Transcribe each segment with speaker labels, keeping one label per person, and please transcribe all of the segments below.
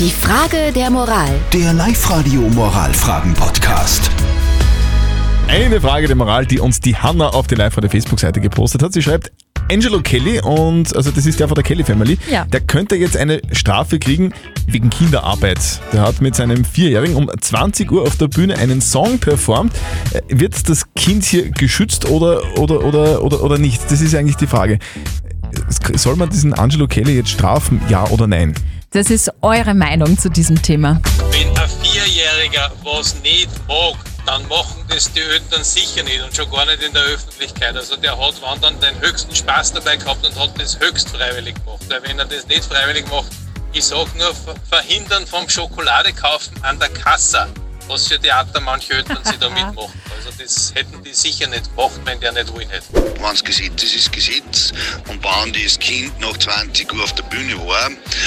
Speaker 1: Die Frage der Moral.
Speaker 2: Der Live-Radio-Moralfragen-Podcast.
Speaker 3: Eine Frage der Moral, die uns die Hanna auf die Live-Radio-Facebook-Seite gepostet hat. Sie schreibt, Angelo Kelly, und also das ist der von der Kelly Family,
Speaker 4: Ja.
Speaker 3: der könnte jetzt eine Strafe kriegen wegen Kinderarbeit. Der hat mit seinem 4-Jährigen um 20 Uhr auf der Bühne einen Song performt. Wird das Kind hier geschützt oder nicht? Das ist eigentlich die Frage. Soll man diesen Angelo Kelly jetzt strafen, ja oder nein?
Speaker 4: Das ist eure Meinung zu diesem Thema.
Speaker 5: Wenn ein Vierjähriger was nicht mag, dann machen das die Eltern sicher nicht und schon gar nicht in der Öffentlichkeit. Also der hat wann dann den höchsten Spaß dabei gehabt und hat das höchst freiwillig gemacht. Weil wenn er das nicht freiwillig macht, ich sag nur verhindern vom Schokolade kaufen an der Kasse, was für Theater manche Eltern sich da mitmachen. Also das hätten die sicher nicht gemacht, wenn der nicht wollen hätte.
Speaker 6: Wenn es Gesetz ist Gesetz, und wenn das Kind nach 20 Uhr auf der Bühne war,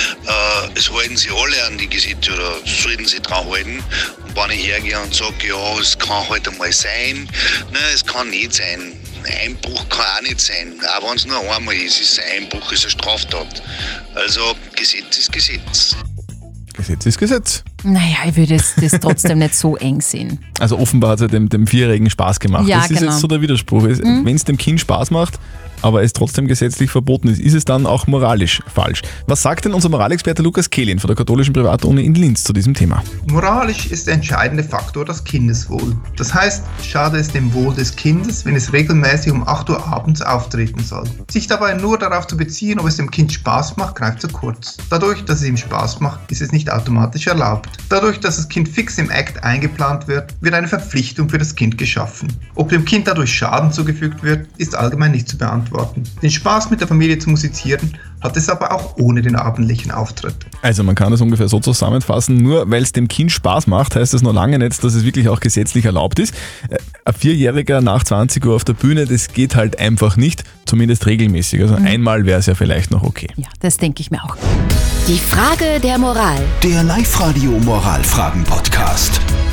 Speaker 6: es halten sich alle an die Gesetze oder sollten sich dran halten. Und wenn ich hergehe und sage, ja, es kann halt einmal sein, nein, es kann nicht sein. Ein Einbruch kann auch nicht sein, auch wenn es nur einmal ist. Ein Einbruch ist eine Straftat. Also Gesetz ist Gesetz.
Speaker 3: Gesetz ist Gesetz.
Speaker 4: Naja, ich würde das trotzdem nicht so eng sehen.
Speaker 3: Also offenbar hat es ja dem 4-Jährigen Spaß gemacht.
Speaker 4: Ja,
Speaker 3: das ist
Speaker 4: genau.
Speaker 3: jetzt so der Widerspruch. Wenn es dem Kind Spaß macht, aber es trotzdem gesetzlich verboten ist es dann auch moralisch falsch. Was sagt denn unser Moralexperte Lukas Kehlin von der katholischen Privatuni in Linz zu diesem Thema?
Speaker 7: Moralisch ist der entscheidende Faktor das Kindeswohl. Das heißt, schade es dem Wohl des Kindes, wenn es regelmäßig um 8 Uhr abends auftreten soll. Sich dabei nur darauf zu beziehen, ob es dem Kind Spaß macht, greift zu kurz. Dadurch, dass es ihm Spaß macht, ist es nicht automatisch erlaubt. Dadurch, dass das Kind fix im Act eingeplant wird, wird eine Verpflichtung für das Kind geschaffen. Ob dem Kind dadurch Schaden zugefügt wird, ist allgemein nicht zu beantworten. Den Spaß mit der Familie zu musizieren, hat es aber auch ohne den abendlichen Auftritt.
Speaker 3: Also man kann das ungefähr so zusammenfassen, nur weil es dem Kind Spaß macht, heißt das noch lange nicht, dass es wirklich auch gesetzlich erlaubt ist. Ein 4-Jähriger nach 20 Uhr auf der Bühne, das geht halt einfach nicht, zumindest regelmäßig. Also einmal wäre es ja vielleicht noch okay.
Speaker 4: Ja, das denke ich mir auch.
Speaker 1: Die Frage der Moral.
Speaker 2: Der Live-Radio-Moralfragen-Podcast.